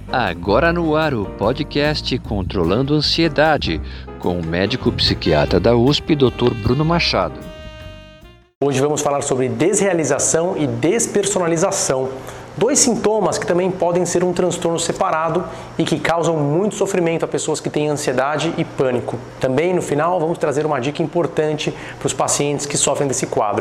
Agora no ar o podcast Controlando Ansiedade, com o médico psiquiatra da USP, Dr. Bruno Machado. Hoje vamos falar sobre desrealização e despersonalização, dois sintomas que também podem ser um transtorno separado e que causam muito sofrimento a pessoas que têm ansiedade e pânico. Também no final vamos trazer uma dica importante para os pacientes que sofrem desse quadro.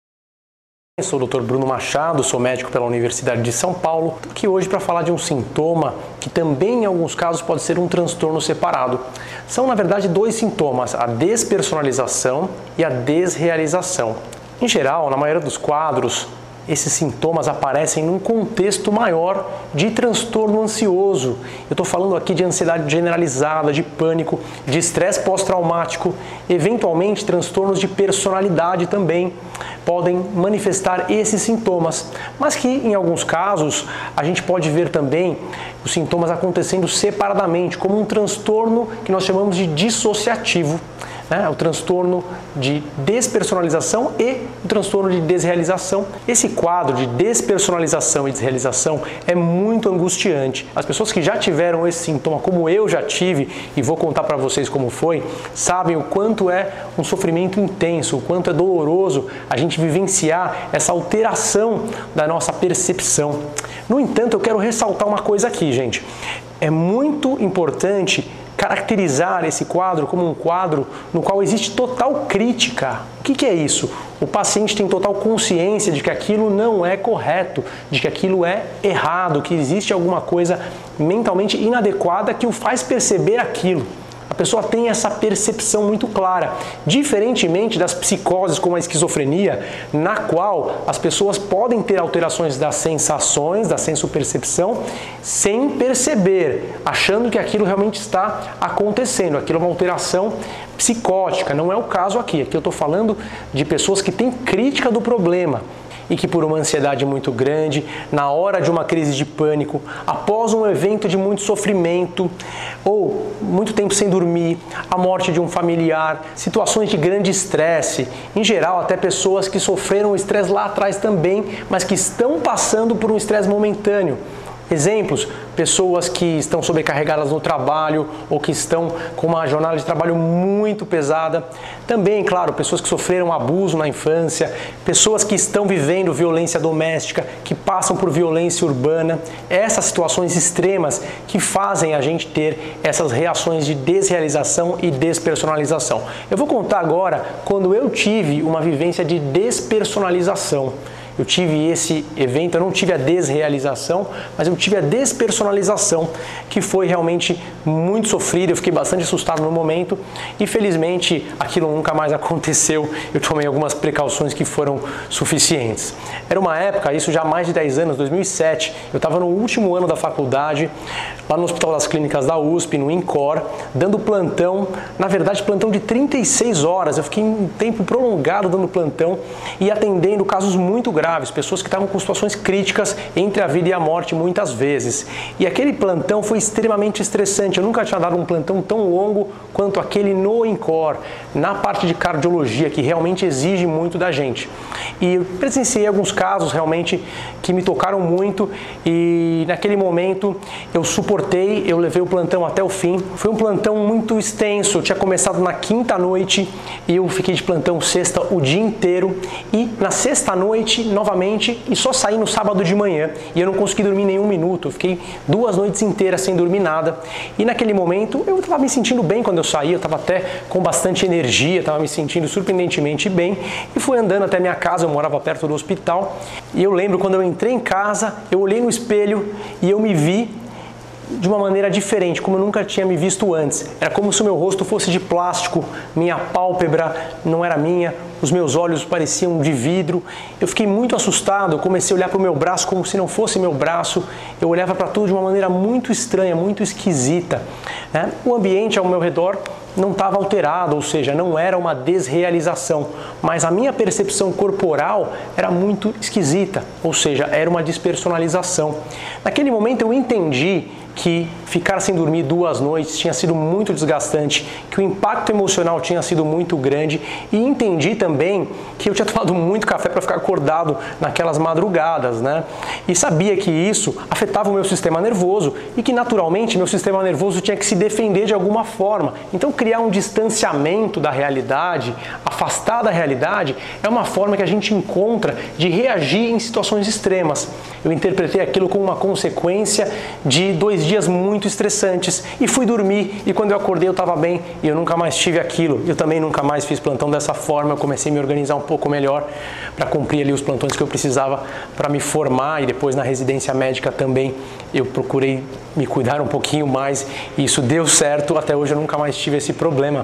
Eu sou o Dr. Bruno Machado, sou médico pela Universidade de São Paulo, estou aqui hoje para falar de um sintoma que também em alguns casos pode ser um transtorno separado. São na verdade dois sintomas, a despersonalização e a desrealização. Em geral, na maioria dos quadros, esses sintomas aparecem num contexto maior de transtorno ansioso. Eu estou falando aqui de ansiedade generalizada, de pânico, de estresse pós-traumático, eventualmente transtornos de personalidade também podem manifestar esses sintomas, mas que em alguns casos a gente pode ver também os sintomas acontecendo separadamente, como um transtorno que nós chamamos de dissociativo. O transtorno de despersonalização e o transtorno de desrealização. Esse quadro de despersonalização e desrealização é muito angustiante. As pessoas que já tiveram esse sintoma, como eu já tive, e vou contar para vocês como foi, sabem o quanto é um sofrimento intenso, o quanto é doloroso a gente vivenciar essa alteração da nossa percepção. No entanto, eu quero ressaltar uma coisa aqui, gente. É muito importante caracterizar esse quadro como um quadro no qual existe total crítica. O que é isso? O paciente tem total consciência de que aquilo não é correto, de que aquilo é errado, que existe alguma coisa mentalmente inadequada que o faz perceber aquilo. A pessoa tem essa percepção muito clara, diferentemente das psicoses como a esquizofrenia, na qual as pessoas podem ter alterações das sensações, da sensopercepção, sem perceber, achando que aquilo realmente está acontecendo, aquilo é uma alteração psicótica. Não é o caso aqui. Aqui eu estou falando de pessoas que têm crítica do problema e que por uma ansiedade muito grande, na hora de uma crise de pânico, após um evento de muito sofrimento, ou muito tempo sem dormir, a morte de um familiar, situações de grande estresse, em geral até pessoas que sofreram estresse lá atrás também, mas que estão passando por um estresse momentâneo. Exemplos, pessoas que estão sobrecarregadas no trabalho ou que estão com uma jornada de trabalho muito pesada. Também, claro, pessoas que sofreram abuso na infância, pessoas que estão vivendo violência doméstica, que passam por violência urbana. Essas situações extremas que fazem a gente ter essas reações de desrealização e despersonalização. Eu vou contar agora quando eu tive uma vivência de despersonalização. Eu tive esse evento, eu não tive a desrealização, mas eu tive a despersonalização, que foi realmente muito sofrido, eu fiquei bastante assustado no momento e felizmente aquilo nunca mais aconteceu, eu tomei algumas precauções que foram suficientes. Era uma época, isso já há mais de 10 anos, 2007, eu estava no último ano da faculdade, lá no Hospital das Clínicas da USP, no INCOR, dando plantão, na verdade plantão de 36 horas, eu fiquei um tempo prolongado dando plantão e atendendo casos muito graves, pessoas que estavam com situações críticas entre a vida e a morte muitas vezes. E aquele plantão foi extremamente estressante. Eu nunca tinha dado um plantão tão longo quanto aquele no INCOR, na parte de cardiologia, que realmente exige muito da gente. E eu presenciei alguns casos realmente que me tocaram muito e naquele momento eu suportei, eu levei o plantão até o fim. Foi um plantão muito extenso, eu tinha começado na quinta noite e eu fiquei de plantão sexta o dia inteiro e na sexta noite novamente e só saí no sábado de manhã e eu não consegui dormir nenhum minuto, eu fiquei 2 noites inteiras sem dormir nada e naquele momento eu estava me sentindo bem quando eu saí, eu estava até com bastante energia, estava me sentindo surpreendentemente bem e fui andando até minha casa, eu morava perto do hospital e eu lembro quando eu entrei em casa, eu olhei no espelho e eu me vi de uma maneira diferente, como eu nunca tinha me visto antes. Era como se o meu rosto fosse de plástico, minha pálpebra não era minha, os meus olhos pareciam de vidro. Eu fiquei muito assustado, eu comecei a olhar para o meu braço como se não fosse meu braço. Eu olhava para tudo de uma maneira muito estranha, muito esquisita. O ambiente ao meu redor não estava alterado, ou seja, não era uma desrealização, mas a minha percepção corporal era muito esquisita, ou seja, era uma despersonalização. Naquele momento eu entendi que ficar sem dormir 2 noites tinha sido muito desgastante, que o impacto emocional tinha sido muito grande, e entendi também que eu tinha tomado muito café para ficar acordado naquelas madrugadas, né? E sabia que isso afetava o meu sistema nervoso e que naturalmente meu sistema nervoso tinha que se defender de alguma forma. Então criar um distanciamento da realidade, afastar da realidade, é uma forma que a gente encontra de reagir em situações extremas. Eu interpretei aquilo como uma consequência de 2 dias muito estressantes e fui dormir, e quando eu acordei eu estava bem e eu nunca mais tive aquilo. Eu também nunca mais fiz plantão dessa forma, eu comecei a me organizar um pouco melhor para cumprir ali os plantões que eu precisava para me formar, e depois na residência médica também eu procurei me cuidar um pouquinho mais e isso deu certo. Até hoje eu nunca mais tive esse problema.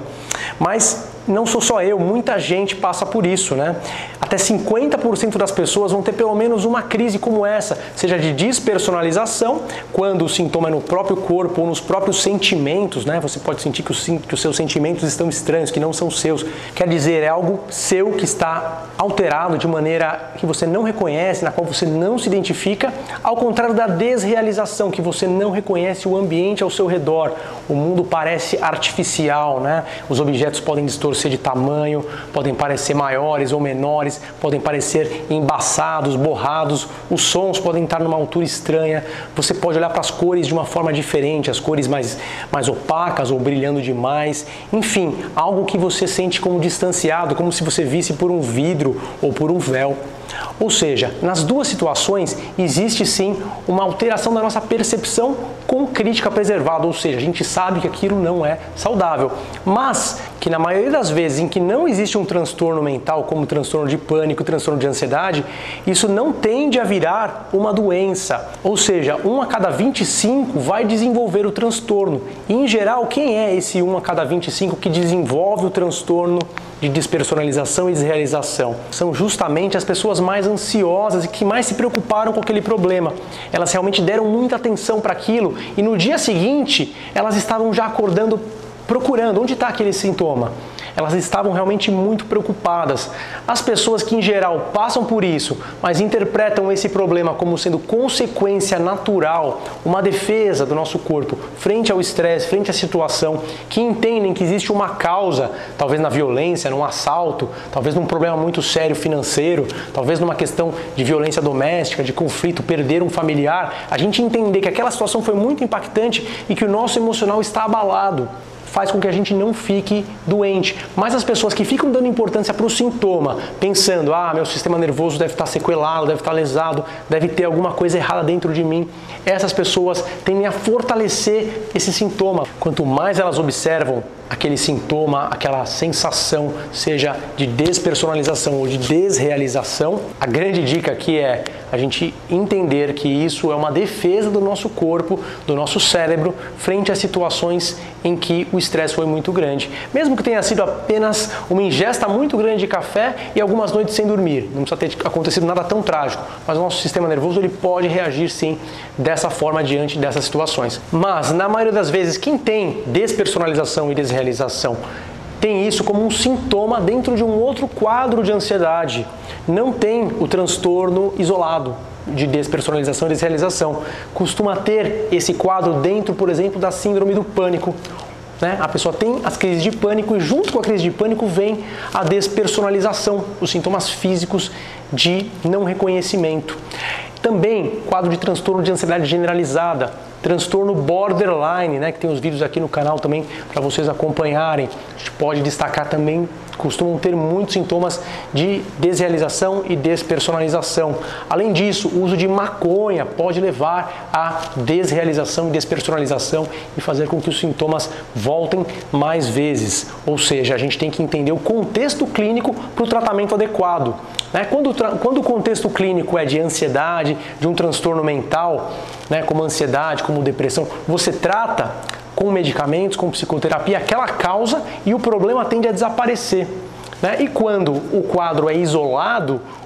Mas não sou só eu, muita gente passa por isso, né? Até 50% das pessoas vão ter pelo menos uma crise como essa, seja de despersonalização, quando o sintoma é no próprio corpo ou nos próprios sentimentos, né? Você pode sentir que os seus sentimentos estão estranhos, que não são seus. Quer dizer, é algo seu que está alterado de maneira que você não reconhece, na qual você não se identifica, ao contrário da desrealização, que você não reconhece o ambiente ao seu redor. O mundo parece artificial, né? Os objetos podem distorcer de tamanho, podem parecer maiores ou menores, podem parecer embaçados, borrados, os sons podem estar numa altura estranha, você pode olhar para as cores de uma forma diferente, as cores mais opacas ou brilhando demais, enfim, algo que você sente como distanciado, como se você visse por um vidro ou por um véu. Ou seja, nas duas situações existe sim uma alteração da nossa percepção com crítica preservada, ou seja, a gente sabe que aquilo não é saudável, mas que na maioria das vezes em que não existe um transtorno mental, como transtorno de pânico, transtorno de ansiedade, isso não tende a virar uma doença, ou seja, 1 a cada 25 vai desenvolver o transtorno. E em geral, quem é esse 1 a cada 25 que desenvolve o transtorno de despersonalização e desrealização? São justamente as pessoas mais ansiosas e que mais se preocuparam com aquele problema. Elas realmente deram muita atenção para aquilo e no dia seguinte elas estavam já acordando procurando onde está aquele sintoma. Elas estavam realmente muito preocupadas. As pessoas que em geral passam por isso, mas interpretam esse problema como sendo consequência natural, uma defesa do nosso corpo frente ao estresse, frente à situação, que entendem que existe uma causa, talvez na violência, num assalto, talvez num problema muito sério financeiro, talvez numa questão de violência doméstica, de conflito, perder um familiar, a gente entender que aquela situação foi muito impactante e que o nosso emocional está abalado, faz com que a gente não fique doente. Mas as pessoas que ficam dando importância para o sintoma, pensando, meu sistema nervoso deve estar sequelado, deve estar lesado, deve ter alguma coisa errada dentro de mim, essas pessoas tendem a fortalecer esse sintoma. Quanto mais elas observam aquele sintoma, aquela sensação, seja de despersonalização ou de desrealização, a grande dica aqui é a gente entender que isso é uma defesa do nosso corpo, do nosso cérebro, frente a situações em que o estresse foi muito grande. Mesmo que tenha sido apenas uma ingesta muito grande de café e algumas noites sem dormir, não precisa ter acontecido nada tão trágico, mas o nosso sistema nervoso ele pode reagir sim dessa forma diante dessas situações. Mas na maioria das vezes quem tem despersonalização e desrealização tem isso como um sintoma dentro de um outro quadro de ansiedade. Não tem o transtorno isolado de despersonalização e desrealização. Costuma ter esse quadro dentro, por exemplo, da síndrome do pânico. Né? A pessoa tem as crises de pânico e junto com a crise de pânico vem a despersonalização, os sintomas físicos de não reconhecimento. Também quadro de transtorno de ansiedade generalizada, transtorno borderline, né, que tem os vídeos aqui no canal também para vocês acompanharem. A gente pode destacar também, costumam ter muitos sintomas de desrealização e despersonalização. Além disso, o uso de maconha pode levar à desrealização e despersonalização e fazer com que os sintomas voltem mais vezes. Ou seja, a gente tem que entender o contexto clínico para o tratamento adequado. Né? Quando o contexto clínico é de ansiedade, de um transtorno mental, né, como ansiedade, como depressão, você trata com medicamentos, com psicoterapia, aquela causa e o problema tende a desaparecer. Né? E quando o quadro é isolado,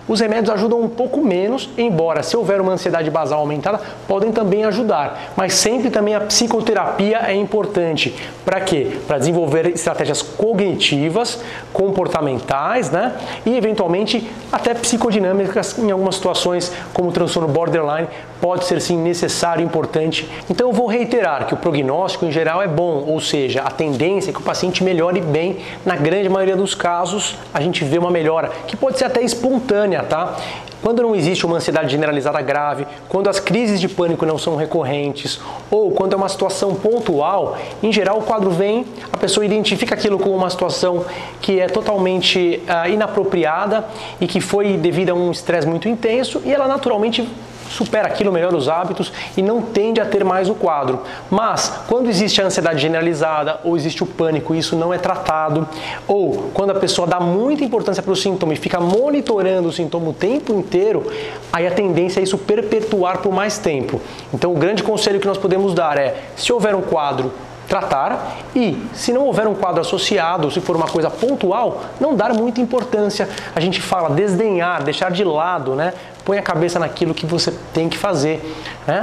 Os remédios ajudam um pouco menos, embora se houver uma ansiedade basal aumentada, podem também ajudar. Mas sempre também a psicoterapia é importante. Para quê? Para desenvolver estratégias cognitivas, comportamentais, né? E eventualmente até psicodinâmicas em algumas situações, como o transtorno borderline, pode ser sim necessário e importante. Então eu vou reiterar que o prognóstico em geral é bom, ou seja, a tendência é que o paciente melhore bem. Na grande maioria dos casos, a gente vê uma melhora, que pode ser até espontânea, tá? Quando não existe uma ansiedade generalizada grave, quando as crises de pânico não são recorrentes, ou quando é uma situação pontual, em geral o quadro vem, a pessoa identifica aquilo como uma situação que é totalmente inapropriada e que foi devido a um estresse muito intenso, e ela naturalmente supera aquilo, melhora os hábitos e não tende a ter mais o quadro. Mas, quando existe a ansiedade generalizada ou existe o pânico e isso não é tratado, ou quando a pessoa dá muita importância para o sintoma e fica monitorando o sintoma o tempo inteiro, aí a tendência é isso perpetuar por mais tempo. Então, o grande conselho que nós podemos dar é, se houver um quadro, tratar, e se não houver um quadro associado, ou se for uma coisa pontual, não dar muita importância. A gente fala desdenhar, deixar de lado, né? Põe a cabeça naquilo que você tem que fazer, né?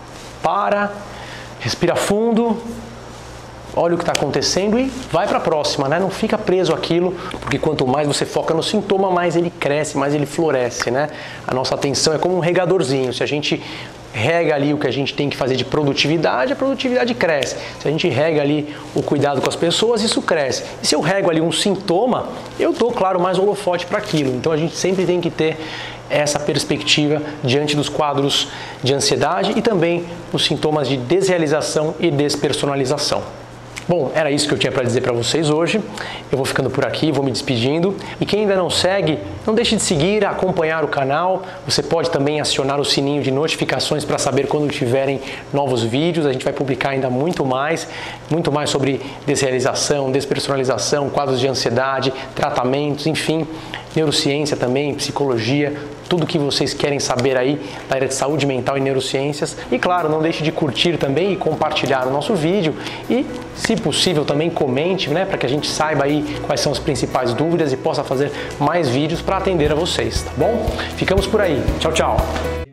Para, respira fundo, olha o que está acontecendo e vai para a próxima, né? Não fica preso àquilo, porque quanto mais você foca no sintoma, mais ele cresce, mais ele floresce, né? A nossa atenção é como um regadorzinho. Se a gente rega ali o que a gente tem que fazer de produtividade, a produtividade cresce. Se a gente rega ali o cuidado com as pessoas, isso cresce. E se eu rego ali um sintoma, eu dou, claro, mais holofote para aquilo. Então a gente sempre tem que ter essa perspectiva diante dos quadros de ansiedade e também os sintomas de desrealização e despersonalização. Bom, era isso que eu tinha para dizer para vocês hoje. Eu vou ficando por aqui, vou me despedindo. E quem ainda não segue, não deixe de seguir, acompanhar o canal. Você pode também acionar o sininho de notificações para saber quando tiverem novos vídeos. A gente vai publicar ainda muito mais sobre desrealização, despersonalização, quadros de ansiedade, tratamentos, enfim, neurociência também, psicologia, tudo que vocês querem saber aí na área de saúde mental e neurociências. E claro, não deixe de curtir também e compartilhar o nosso vídeo e, se possível, também comente, né, para que a gente saiba aí quais são as principais dúvidas e possa fazer mais vídeos para atender a vocês, tá bom? Ficamos por aí. Tchau, tchau!